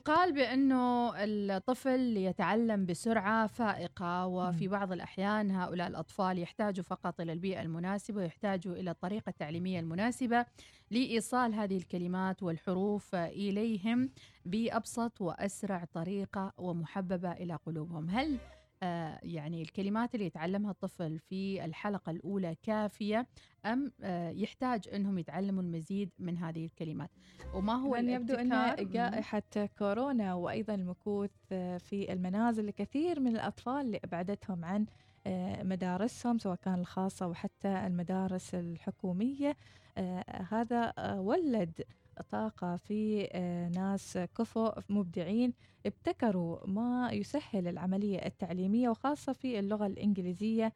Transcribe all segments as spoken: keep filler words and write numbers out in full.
يقال بأنه الطفل يتعلم بسرعة فائقة، وفي مم. بعض الأحيان هؤلاء الأطفال يحتاجوا فقط إلى البيئة المناسبة، ويحتاجوا إلى الطريقة التعليمية المناسبة لإيصال هذه الكلمات والحروف إليهم بأبسط وأسرع طريقة ومحببة إلى قلوبهم. هل آه، يعني الكلمات اللي يتعلمها الطفل في الحلقة الأولى كافية، أم آه، يحتاج أنهم يتعلموا المزيد من هذه الكلمات؟ وما هو كمان يبدو أن الابتكار؟ مم. جائحة كورونا وأيضا المكوث في المنازل لكثير من الأطفال اللي أبعدتهم عن آه، مدارسهم سواء كان الخاصة وحتى المدارس الحكومية. آه، هذا آه، ولد طاقة في آه، ناس كفؤ مبدعين ابتكروا ما يسهل العملية التعليمية وخاصة في اللغة الإنجليزية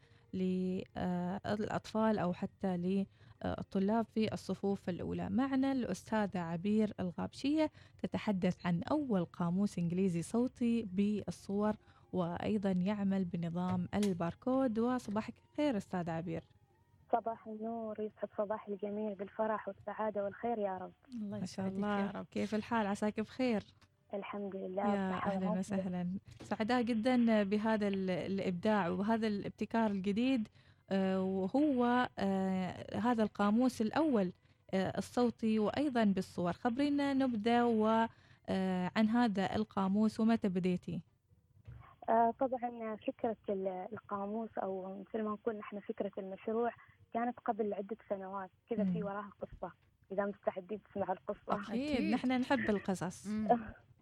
للأطفال أو حتى الطلاب في الصفوف الأولى. معنا الأستاذة عبير الغابشية تتحدث عن أول قاموس إنجليزي صوتي بالصور وأيضا يعمل بنظام الباركود. وصباحك خير أستاذة عبير. صباح النور، يسعد صباح الجميع بالفرح والسعادة والخير يا رب. الله ما شاء يسعدك يا الله، رب. كيف الحال؟ عساك بخير. الحمد لله يا بصحة أهلا وعافية. وسهلا، سعداء جدا بهذا ال- الإبداع وهذا الابتكار الجديد. آه، وهو آه، هذا القاموس الأول آه، الصوتي وأيضا بالصور. خبرينا نبذة وعن هذا القاموس ومتى بديتي؟ آه طبعا فكرة ال- القاموس، أو مثل ما نقول نحن فكرة المشروع، كانت قبل عدة سنوات كذا، في مم. وراها قصة. إذا مستعدين تسمعوا القصة. أكيد أكيد. نحن نحب القصص. مم.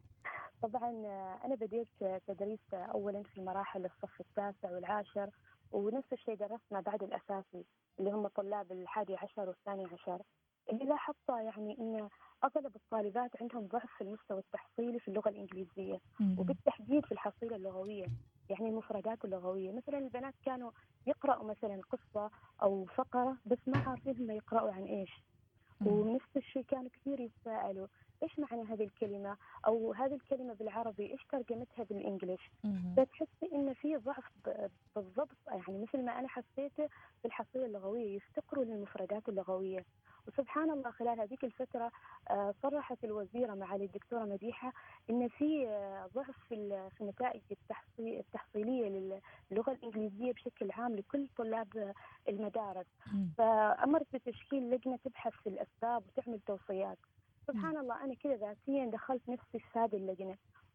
طبعا آه، أنا بديت تدريس أولا في مراحل الصف التاسع والعاشر، ونفس الشيء درسنا بعد الأساسي اللي هم طلاب الحادي عشر والثاني عشر. اللي لاحظته يعني أن أغلب الطالبات عندهم ضعف في المستوى التحصيلي في اللغة الإنجليزية، مم. وبالتحديد في الحصيلة اللغوية، يعني المفردات اللغوية. مثلا البنات كانوا يقرأوا مثلا قصة أو فقرة بس ما عارفين هم يقرأوا عن إيش. مم. ونفس الشيء كانوا كثير يتساءلوا ايش معنى هذه الكلمه، او هذه الكلمه بالعربي ايش ترجمتها بالانجليش. مم. فتحسي ان في ضعف ب- بالضبط، يعني مثل ما انا حسيته في الحصيله اللغويه، يفتقروا للمفردات اللغويه. وسبحان الله خلال هذيك الفتره آه، صرحت الوزيره معالي الدكتوره مديحه ان في آه، ضعف في ال- في النتائج التحصي- التحصيليه للغه الانجليزيه بشكل عام لكل طلاب آه، المدارس. مم. فأمرت بتشكيل لجنة تبحث في الأسباب وتعمل توصيات. مم. سبحان الله أنا كذا ذاتيا دخلت نفسي في هذه اللجنة،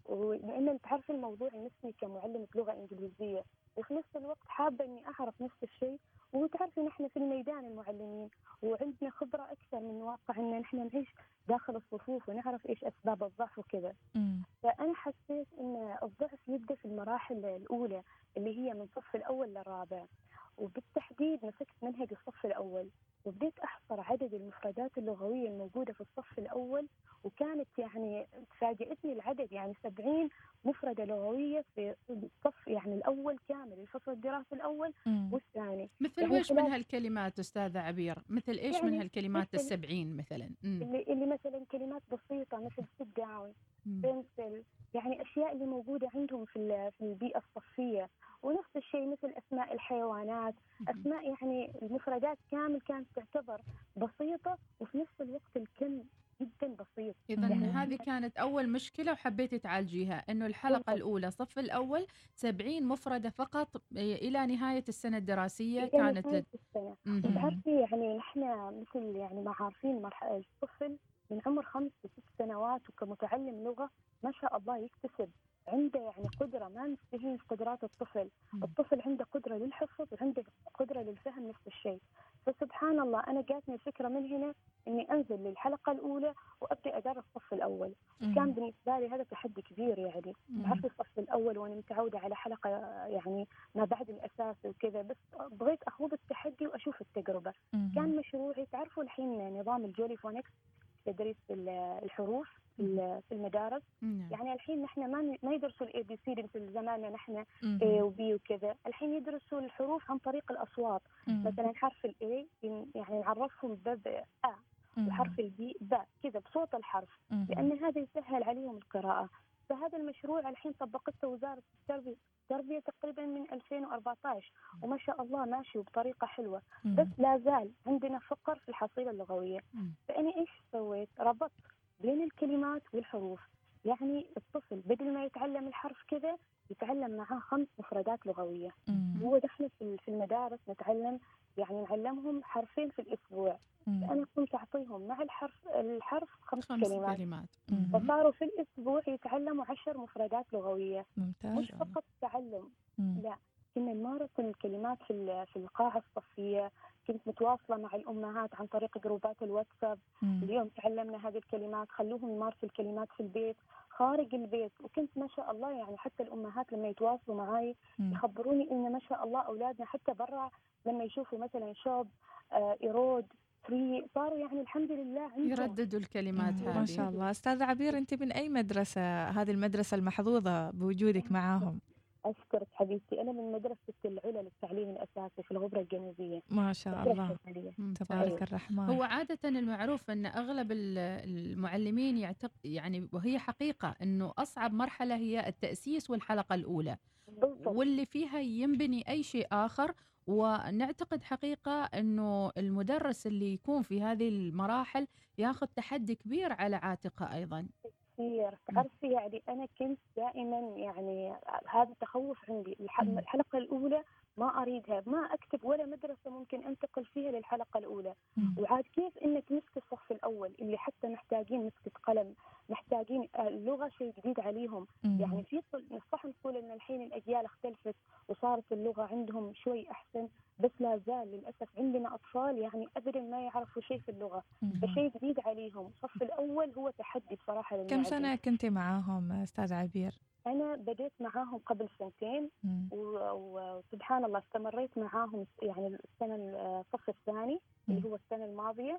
ولأن تعرف الموضوع يمسني كمعلمة لغة إنجليزية، وفي نفس الوقت حابة إني أعرف نفس الشيء. وتعرفي نحن في الميدان المعلمين وعندنا خبرة أكثر من واقع إن نحن نعيش داخل الصفوف ونعرف إيش أسباب الضعف وكذا. مم. فأنا حسيت إن الضعف يبدأ في المراحل الأولى اللي هي من الصف الأول للرابع، وبالتحديد مسكت منهج الصف الأول وبديت أحصر عدد المفردات اللغوية الموجودة في الصف الأول. وكانت يعني تفاجئتني العدد، يعني سبعين مفردة لغوية في الصف يعني الأول كامل، الفصل الدراسي الأول مم. والثاني. مثل يعني ويش من خلال هالكلمات أستاذة عبير؟ مثل إيش من يعني هالكلمات مثل السبعين مثلا؟ مم. اللي, اللي مثلا كلمات بسيطة مثل sit down، مم. بنسل، يعني أشياء اللي موجودة عندهم في ال- في البيئة الصفية. ونفس الشيء مثل أسماء الحيوانات، مم. أسماء يعني المفردات كامل كانت تعتبر بسيطة، وفي نفس الوقت الكم جدا بسيط. إذن يعني مم. هذه نحن كانت أول مشكلة وحبيتي تعالجيها، إنه الحلقة بالضبط الأولى صف الأول سبعين مفردة فقط إلى نهاية السنة الدراسية إلى كانت نهاية لد... السنة. مهم. مم. وتعرفي يعني نحن مثل يعني ما عارفين مرحلة الطفل من عمر خمس لست سنوات، وكمتعلم لغة ما شاء الله يكتسب عنده يعني قدرة ما نستهين في قدرات الطفل. مم. الطفل عنده قدرة للحفظ وعنده قدرة للفهم نفس الشيء. فسبحان الله أنا جاتني الفكرة من هنا إني أنزل للحلقة الأولى وأبدأ أدرس الصف الأول. وكان مم. بالنسبة لي هذا تحدي كبير، يعني مم. تعرفي الصف الأول وأنا متعودة على حلقة يعني ما بعد الأساس وكذا، بس بغيت أخوض التحدي وأشوف التجربة. مم. كان مشروعي، تعرفوا الحين نظام الجولي فونكس، تدريس ال- الحروف في مهم. ال- في المدارس. نعم. يعني الحين نحن ما ن- ما يدرسوا الاي بي سي مثل زماننا نحن اي مم. وبي وكذا. الحين يدرسوا الحروف عن طريق الاصوات. مم. مثلا حرف الاي يعني نعرفهم بب ا، مم. وحرف البي ب كذا بصوت الحرف، مم. لان هذا يسهل عليهم القراءه. فهذا المشروع الحين طبقته وزاره التربيه التربيه تقريبا من ألفين وأربعة عشر، وما شاء الله ماشي بطريقه حلوه. بس مم. لا زال عندنا فقر في الحصيله اللغويه. مم. فأنا إيش سويت؟ ربطت بين الكلمات والحروف. يعني الطفل بدل ما يتعلم الحرف كذا يتعلم معاه خمس مفردات لغوية. مم. هو دخل في في المدارس نتعلم، يعني نعلمهم حرفين في الأسبوع. مم. أنا كنت أعطيهم مع الحرف الحرف خمس خمس كلمات، كلمات. مم. فصاروا في الأسبوع يتعلموا عشر مفردات لغوية. ممتاز. مش فقط تعلم، مم. لا، كنا نمارس الكلمات في ال- في القاعة الصفية. كنت متواصلة مع الأمهات عن طريق جروبات الواتساب. مم. اليوم تعلمنا هذه الكلمات، خلوهم يمارسوا الكلمات في البيت خارج البيت. وكنت ما شاء الله يعني حتى الأمهات لما يتواصلوا معي مم. يخبروني إن ما شاء الله أولادنا حتى برا لما يشوفوا مثلا شوب، آه إيرود، فري، صاروا يعني الحمد لله عندهم. يرددوا الكلمات مم. هذه. ما شاء الله. أستاذة عبير، أنت من أي مدرسة؟ هذه المدرسة المحظوظة بوجودك معاهم. أشكرك حبيبتي، أنا من مدرسة العلا للتعليم الأساسي في الغبرة الجنوبية. ما شاء الله، ممتاز. تبارك الرحمن. هو عادة المعروف أن أغلب ال- المعلمين يعتقد يعني، وهي حقيقة، أنه أصعب مرحلة هي التأسيس والحلقة الأولى، بالضبط. واللي فيها ينبني أي شيء آخر. ونعتقد حقيقة أنه المدرس اللي يكون في هذه المراحل ياخذ تحدي كبير على عاتقه أيضا. كثير. تعرفي يعني أنا كنت دائما يعني هذا التخوف عندي. الح- مم. الحلقة الأولى ما أريدها، ما أكتب ولا مدرسة ممكن أنتقل فيها للحلقة الأولى. مم. وعاد كيف إنك مسك الصف الأول اللي حتى محتاجين مسكة قلم، محتاجين آه، اللغة شيء جديد عليهم. مم. يعني في طل- صح نقول إن الحين الأجيال اختلفت وصارت اللغة عندهم شوي أحسن، بس لا زال للأسف عندنا أطفال يعني أبدا ما يعرفوا شيء في اللغة، مم. فشيء جديد عليهم. الصف الأول هو تحدي بصراحة كم للمعلم. سنة كنت معاهم أستاذة عبير؟ أنا بديت معاهم قبل سنتين، مم. و- و- وسبحان الله استمريت معاهم يعني السنة الصف الثاني مم. اللي هو السنة الماضية.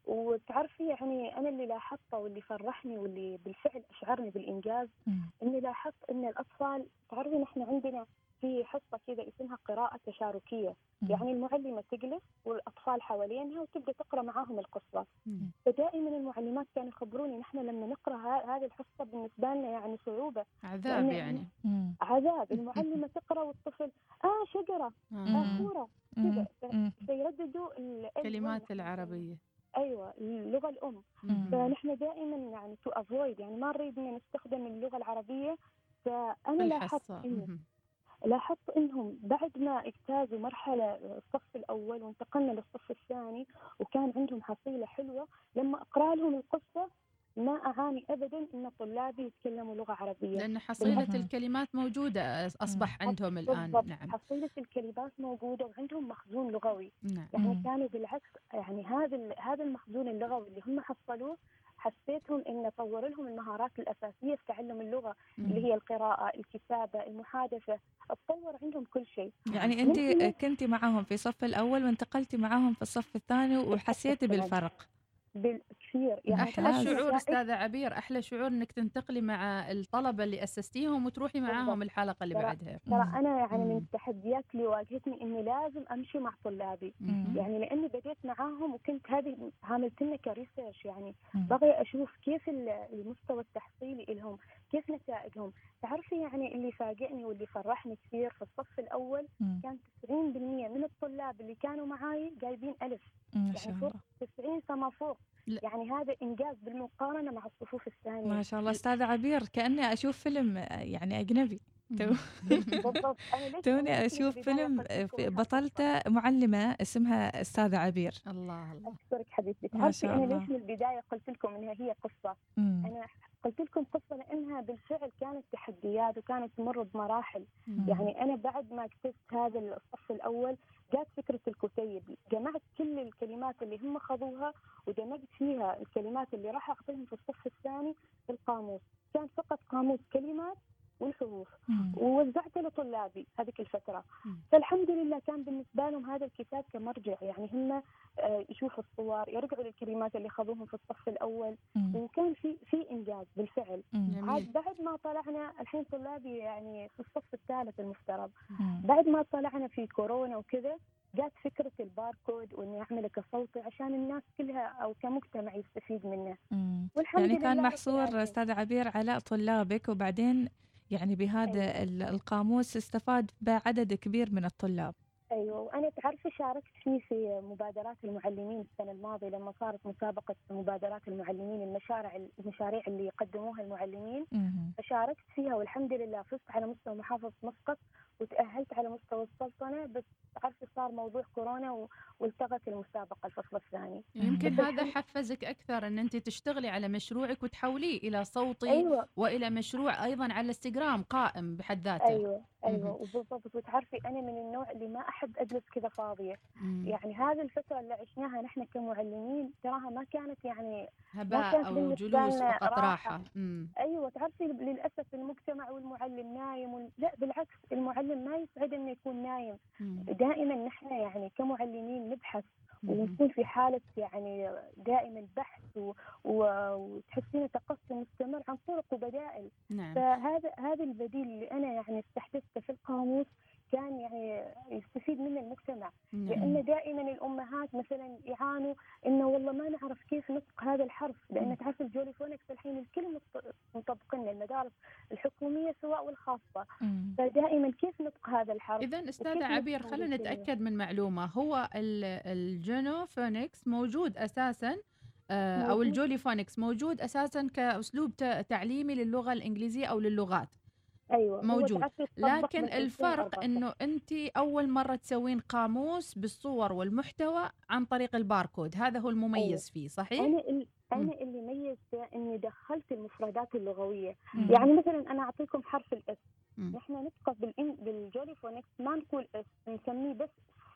وتعرفي يعني أنا اللي لاحظته واللي فرحني واللي بالفعل أشعرني بالإنجاز مم. إني لاحظت إن الأطفال، تعرفي نحن عندنا في حصة كذا اسمها قراءة تشاركية. مم. يعني المعلمة تجلس والأطفال حوالينها وتبدأ تقرأ معاهم القصة. مم. فدائما المعلمات كانوا يخبروني نحن لما نقرأ ه- هذه الحصة بالنسبة لنا يعني صعوبة، عذاب لأن يعني. مم. عذاب. المعلمة تقرأ والطفل آه شجرة، آه آه. كورة، مم. كذا. ف- مم. فيرددوا ال- كلمات ال- العربية. أيوة اللغة الأم. مم. فنحن دائما يعني تو افويد، يعني ما نريد إن نستخدم اللغة العربية. فأنا في لاحظت الحصة. إن مم. لاحظت إنهم بعد ما اجتازوا مرحلة الصف الأول وانتقلنا للصف الثاني وكان عندهم حصيلة حلوة، لما أقرأ لهم القصة ما أعاني أبدا إن طلابي يتكلموا لغة عربية. لأن حصيلة بالعكس. الكلمات موجودة أصبح عندهم الآن. بالضبط. نعم. حصيلة الكلمات موجودة وعندهم مخزون لغوي. نعم. يعني مم. كانوا بالعكس، يعني هذا ال- هذا المخزون اللغوي اللي هم حصلوه حسيتهم إن طور لهم المهارات الأساسية في تعلم اللغة اللي هي القراءة، الكتابة، المحادثة. اتطور عندهم كل شيء. يعني أنت كنتي معاهم في الصف الأول وانتقلتي معاهم في الصف الثاني وحسيتي بالفرق. بالكثير يعني. أحلى ممتاز. شعور أستاذة عبير، أحلى شعور إنك تنتقلي مع الطلبة اللي أسستيهم وتروحي معاهم بالضبط. الحلقة اللي ترى- بعدها. ترى أنا يعني من مم. التحديات اللي واجهتني إني لازم أمشي مع طلابي. مم. يعني لأني بديت معاهم وكنت هذه عملت لنا كريسيرش، يعني مم. بغي أشوف كيف ال- المستوى التحصيلي لهم، كيف نتائجهم. تعرفي يعني اللي فاجئني واللي فرحني كثير في الصف الأول مم. كان تسعين بالمئة من الطلاب اللي كانوا معاي جايبين ألف، ما شاء يعني فوق الله. تسعين فما فوق. لا. يعني هذا إنجاز بالمقارنة مع الصفوف الثانية. ما شاء الله أستاذة عبير، كأني أشوف فيلم يعني أجنبي. تو- بالضبط. أنا ليش أنا توني ليش من أشوف البداية فيلم قلت لكم في إنها بطلته معلمة اسمها أستاذة عبير. الله الله. أشكرك حبيبتي. ما تعرفي شاء أنا الله. ليش من البداية قلت لكم إنها هي قصة؟ مم. أنا قلت لكم قصة لأنها بالفعل كانت تحديات وكانت تمر بمراحل. مم. يعني أنا بعد ما اكتسبت هذا الصف الأول جات فكرة الكتيب، جمعت كل الكلمات اللي هم خذوها ودمجت فيها الكلمات اللي راح أعطيهم في الصف الثاني في القاموس. كان فقط قاموس كلمات والحروف، مم. ووزعته لطلابي هذيك الفترة. مم. فالحمد لله كان بالنسبة لهم هذا الكتاب كمرجع، يعني هم آه، يشوفوا الصور، يرجعوا للكلمات اللي خذوهم في الصف الأول، مم. وكان في في إنجاز بالفعل. مم. جميل. عاد بعد ما طلعنا الحين طلابي يعني في الصف الثالث المفترض، مم. بعد ما طلعنا في كورونا وكذا جات فكرة الباركود وإني أعمله كصوتي عشان الناس كلها أو كمجتمع يستفيد منه. مم. والحمد يعني لله كان رب محصور العالمين. أستاذة عبير على طلابك، وبعدين يعني بهذا أيوة. ال- القاموس استفاد بعدد كبير من الطلاب. ايوه، وانا تعرفي شاركت فيه في مبادرات المعلمين السنه الماضيه لما صارت مسابقه مبادرات المعلمين، المشاريع المشاريع اللي يقدموها المعلمين، مهم. فشاركت فيها والحمد لله فزت على مستوى محافظه مسقط وتاهلت على مستوى السلطنه. بس تعرفي صار موضوع كورونا و- والتغت المسابقه الفصل الثاني. يمكن بس هذا الحمد حفزك أكثر أن أنت تشتغلي على مشروعك وتحوليه إلى صوتي ايوه وإلى مشروع أيضا على الانستغرام قائم بحد ذاته. ايوه ايوه مهم. وبالضبط. وتعرفي انا من النوع اللي ما احب اجلس كذا فاضيه. مم. يعني هذه الفتره اللي عشناها نحن كمعلمين تراها ما كانت يعني ما هباء كانت أو بالنسبه جلوس لنا فقط راحه. راحة. مم. ايوه تعرفي للاسف المجتمع والمعلم نايم وال... لا بالعكس، المعلم ما يسعد انه يكون نايم. مم. دائما نحن يعني كمعلمين نبحث مهم. ونكون في حالة يعني دائما بحث و... و... وتحسين تقصي مستمر عن طرق وبدائل. نعم. فهذا هذا البديل اللي أنا يعني استحدثته في القاموس كان يعني يستفيد منه المجتمع. نعم. لأن دائما الأمهات مثلا يعانوا إنه والله ما نعرف كيف نطق هذا الحرف، لأن تعرف الجولي فونكس الحين الكل مط- مطبقين المدارس الحكومية سواء والخاصة، مم. فدائما كيف نطق هذا الحرف. إذا أستاذة وكيف عبير نطق هذه خلينا الكلمة. نتأكد من معلومة، هو ال- الجينو فونكس موجود أساساً آه، أو موجود. الجولي فونكس موجود أساساً كأسلوب ت- تعليمي للغة الإنجليزية أو للغات ايوه هو موجود، تعرفي يطبق لكن من الفرق ألفين وأربعة عشر. إنه أنت أول مرة تسوين قاموس بالصور والمحتوى عن طريق الباركود، هذا هو المميز فيه، صحيح؟ انا ال... مم. انا اللي ميزته اني دخلت المفردات اللغويه. مم. يعني مثلا انا اعطيكم حرف الاس، مم. نحن نطقه بالإن... بالجولي فونكس ما نقول اس، نسميه بس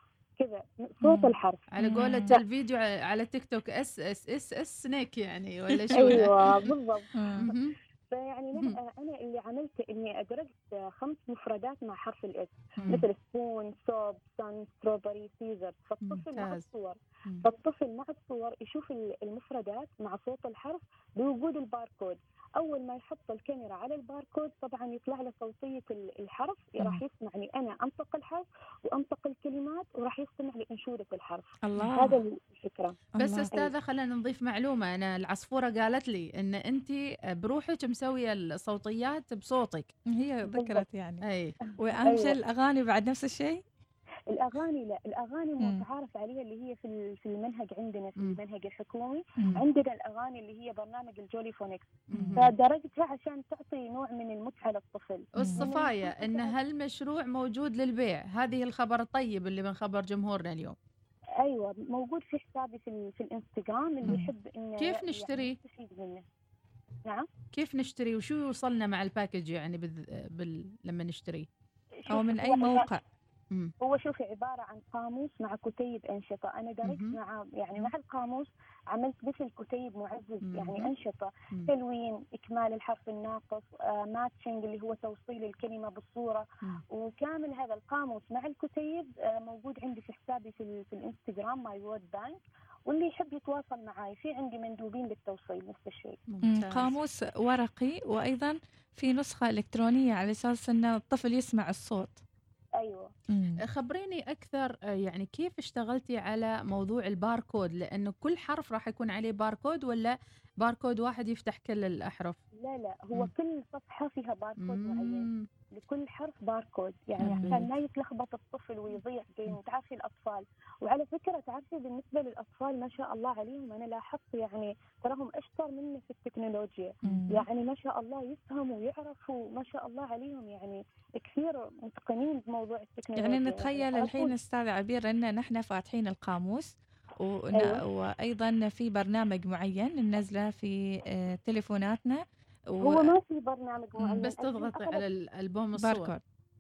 كذا صوت مم. الحرف. على قولة مم. الفيديو ع- على تيك توك اس اس اس اس سنيك يعني ولا شو؟ ايوه بالضبط. مم. مهم. فيعني مهم. نح- انا اللي عملته اني ادرجت خمس مفردات مع حرف الاس، مم. مثل سبون، صوب، سن، ستروبري، سيزر. فالطفل مع ممتاز. الصور مم. فالطفل مع الصور يشوف ال- المفردات مع صوت الحرف بوجود الباركود. أول ما يحط الكاميرا على الباركود طبعا يطلع له صوتية ال- الحرف، راح يسمعني أنا أنطق الحرف وأنطق الكلمات وراح يستمع لأنشودة الحرف. الله. هذا الفكرة. بس الله. استاذه خلينا نضيف معلومه، انا العصفوره قالت لي ان انت بروحك مسويه الصوتيات بصوتك. هي بالضبط. ذكرت يعني. اي واهم شيء أيوة. الاغاني بعد نفس الشيء. الأغاني لا، الأغاني مم. متعارف عليها اللي هي في ال- في المنهج عندنا في مم. المنهج الحكومي. مم. عندنا الأغاني اللي هي برنامج الجولي فونكس، مهم. فدرجتها عشان تعطي نوع من المتعة للطفل. والصفايه ان هالمشروع موجود للبيع، هذه الخبر الطيب اللي بنخبر جمهورنا اليوم. ايوه موجود في حسابي في, ال- في الانستغرام اللي مم. يحب انه كيف يعني نشتري؟ يستفيد منه. نعم. كيف نشتري وشو يوصلنا مع الباكج يعني بال... بال... لما نشتري؟ او شوف، من هو اي موقع؟ مم. هو شوفي عبارة عن قاموس مع كتيب أنشطة. أنا درجت مهم. مع يعني مع القاموس عملت مثل كتيب معزز، مهم. يعني أنشطة، مم. تلوين، إكمال الحرف الناقص، آه ماتشنج اللي هو توصيل الكلمة بالصورة. مم. وكامل هذا القاموس مع الكتيب آه موجود عندي في حسابي في, ال- في الانستغرام ماي وورد بانك، واللي يحب يتواصل معي في عندي مندوبين للتوصيل نفس الشيء. مم. ممتاز. قاموس ورقي وايضا في نسخه الكترونيه على اساس ان الطفل يسمع الصوت. أيوة. مم. خبريني أكثر آه، يعني كيف اشتغلتي على موضوع الباركود، لأنه كل حرف راح يكون عليه باركود ولا باركود واحد يفتح كل الأحرف؟ لا لا هو مم. كل صفحة فيها باركود معين، مم. لكل حرف باركود، يعني حبيت. عشان ما يتلخبط الطفل ويضيع بين تعرفي الأطفال. وعلى فكرة تعرفي بالنسبة للأطفال ما شاء الله عليهم، أنا لاحظت يعني تراهم أشطر مني في التكنولوجيا. مم. يعني ما شاء الله يفهموا ويعرفوا ما شاء الله عليهم، يعني كثير متقنين بموضوع التكنولوجيا. يعني نتخيل على الحين طول. استاذ عبير ان نحن فاتحين القاموس ون... أيوة. وايضا في برنامج معين ننزله في آه، تليفوناتنا هو ما في برنامج معين، بس الحين تضغطي أغلب على الألبوم الصور. وباركود.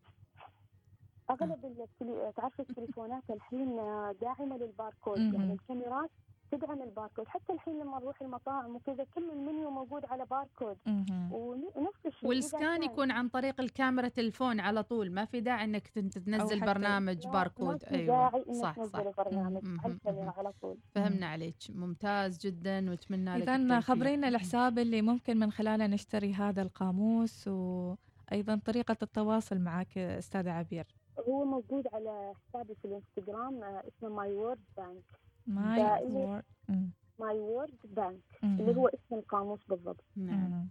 اغلب التلي... تعرفي التليفونات الحين داعمه للباركود، مهم. يعني الكاميرات تدعم الباركود. حتى الحين لما نروح المطاعم وكذا كل المنيو موجود على باركود، مهم. ونفس الشيء. والسكان إذا كان- يكون عن طريق الكاميرا تلفون على طول، ما في داعي انك تن- تنزل حتى- برنامج لا، باركود. ما في ايوه داعي انك صح تنزل صح برنامج مم، على الكاميرا مم. على طول. فهمنا عليك، ممتاز جدا واتمنى لك اذا التوفيق. خبرينا الحساب اللي ممكن من خلاله نشتري هذا القاموس، وايضا طريقه التواصل معك استاذه عبير. هو موجود على حسابي في الانستغرام، آه، اسمه ماي وورد بانك. ماي فاللي- وورد. مم. ماي وورد بانك مهم. اللي هو اسم القاموس بالضبط. نعم. مم.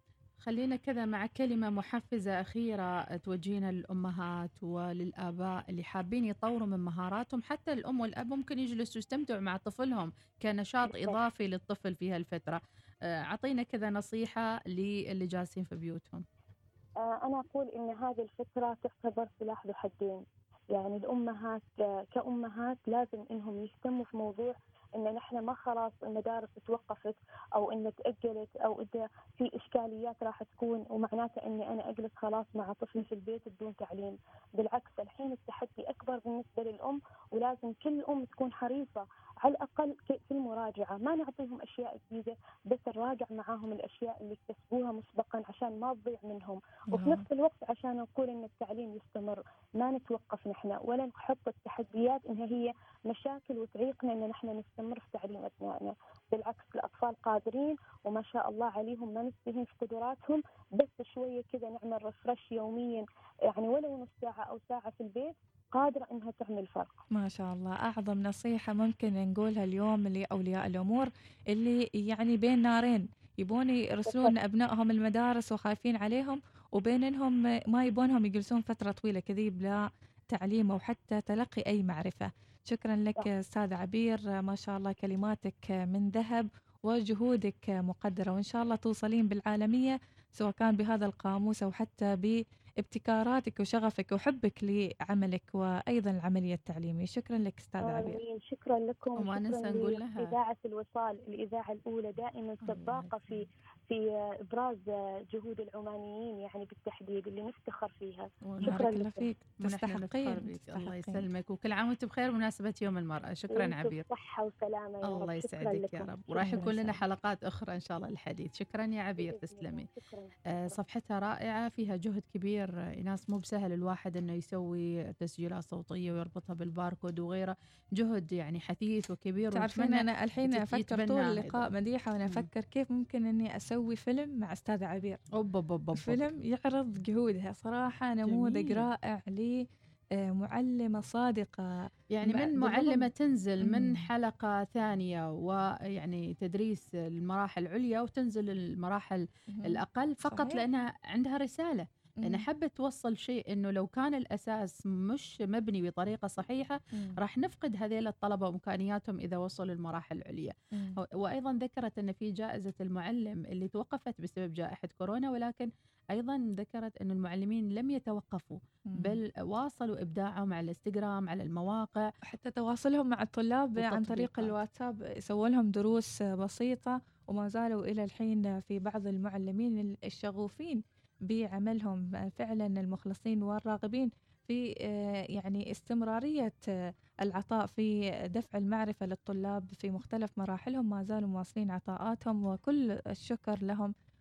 خلينا كذا مع كلمة محفزة أخيرة توجهينها للأمهات وللآباء اللي حابين يطوروا من مهاراتهم. حتى الأم والأب ممكن يجلسوا يستمتعوا مع طفلهم كنشاط بالضبط. إضافي للطفل في هالفترة. آه، أعطينا كذا نصيحة للي جالسين في بيوتهم. آه، أنا أقول إن هذه الفترة تعتبر سلاح ذو حدين. يعني الأمهات آه، كأمهات لازم إنهم يهتموا في موضوع إن نحن ما خلاص المدارس توقفت أو إن تأجلت أو إذا في إشكاليات راح تكون ومعناته إني أنا أجلس خلاص مع طفلي في البيت بدون تعليم. بالعكس الحين التحدي أكبر بالنسبة للأم، ولازم كل أم تكون حريصة على الأقل ك- في المراجعة ما نعطيهم أشياء جديدة، بس نراجع معاهم الأشياء اللي اكتسبوها مسبقا عشان ما تضيع منهم. وفي نعم. نفس الوقت عشان نقول ان التعليم يستمر ما نتوقف نحن ولا نحط التحديات انها هي مشاكل وتعيقنا ان نحن نستمر في تعليم ابنائنا. بالعكس الاطفال قادرين وما شاء الله عليهم، ما نستهين في قدراتهم، بس شويه كذا نعمل ريفرش يوميا، يعني ولو نص ساعه او ساعه في البيت قادره انها تعمل فرق. ما شاء الله، أعظم نصيحة ممكن نقولها اليوم لأولياء الأمور اللي يعني بين نارين، يبون يرسلون بالضبط. أبنائهم المدارس وخايفين عليهم، وبين إنهم ما يبونهم يجلسون فترة طويلة كذي بلا تعليم أو حتى تلقي أي معرفة. شكرا لك صح. أستاذ عبير، ما شاء الله كلماتك من ذهب وجهودك مقدرة، وإن شاء الله توصلين بالعالمية سواء كان بهذا القاموس أو حتى ب ابتكاراتك وشغفك وحبك لعملك وأيضا العملية التعليمية. شكرا لك أستاذ عبير. آمين. شكرا لكم وما وشكرا ننسى نقول لها لإذاعة الوصال، الإذاعة الأولى دائما الله سباقة في في إبراز جهود العمانيين يعني بالتحديد اللي نفتخر فيها. شكرا بارك الله لكم. فيك، ونحن نفخر تستحقين بك. الله تستحقين. يسلمك وكل عام وانت بخير بمناسبة يوم المرأة. شكرا وانتم عبير. بصحة وسلامة يا رب. الله شكرا يسعدك يا لكم. رب، وراح الله يكون لنا يسعدك. حلقات أخرى إن شاء الله للحديث. شكرا يا عبير، بإذن الله. تسلمي. شكرا. آه، شكرا. صفحتها رائعة، فيها جهد كبير. آه، ناس مو بسهل الواحد أنه يسوي تسجيلات صوتية ويربطها بالباركود وغيره. جهد يعني حثيث وكبير، تعرفين ونتمنى أنا الحين يتت- أفكر طول يتبناه اللقاء أيضا. مديحة وأنا مم. أفكر كيف ممكن إني أسوي فيلم مع أستاذ عبير، أوب أوب أوب أوب. فيلم يعرض جهودها. صراحة نموذج جميل. رائع لمعلمة صادقة. يعني من بالرغم معلمة تنزل من مم. حلقة ثانية ويعني تدريس المراحل العليا وتنزل المراحل مم. الأقل فقط صحيح. لأنها عندها رسالة، لأنها مم. حبت توصل شيء إنه لو كان الأساس مش مبني بطريقة صحيحة مم. راح نفقد هذيل الطلبة وإمكانياتهم إذا وصلوا المراحل العليا. مم. وأيضا ذكرت أن في جائزة المعلم اللي توقفت بسبب جائحة كورونا، ولكن أيضا ذكرت أن المعلمين لم يتوقفوا مم. بل واصلوا إبداعهم على الانستغرام على المواقع حتى تواصلهم مع الطلاب عن طريق وتطبيقات. الواتساب، سووا لهم دروس بسيطة، وما زالوا إلى الحين في بعض المعلمين الشغوفين بعملهم فعلا المخلصين والراغبين في آه، يعني استمرارية آه، العطاء في دفع المعرفة للطلاب في مختلف مراحلهم، ما زالوا مواصلين عطاءاتهم، وكل الشكر لهم